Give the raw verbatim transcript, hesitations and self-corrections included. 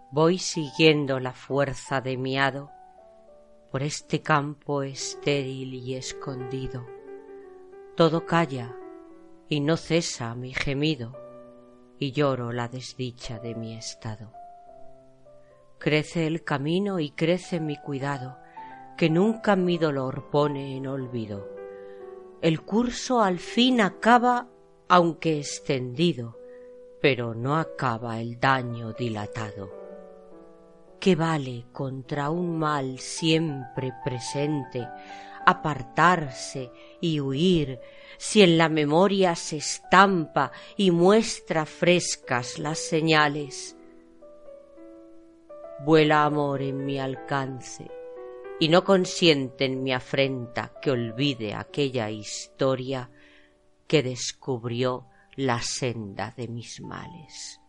Voy siguiendo la fuerza de mi hado por este campo estéril y escondido. Todo calla y no cesa mi gemido, y lloro la desdicha de mi estado. Crece el camino y crece mi cuidado, que nunca mi dolor pone en olvido. El curso al fin acaba, aunque extendido, pero no acaba el daño dilatado. ¿Qué vale contra un mal siempre presente apartarse y huir, si en la memoria se estampa y muestra frescas las señales? Vuela amor en mi alcance y no consiente en mi afrenta que olvide aquella historia que descubrió la senda de mis males.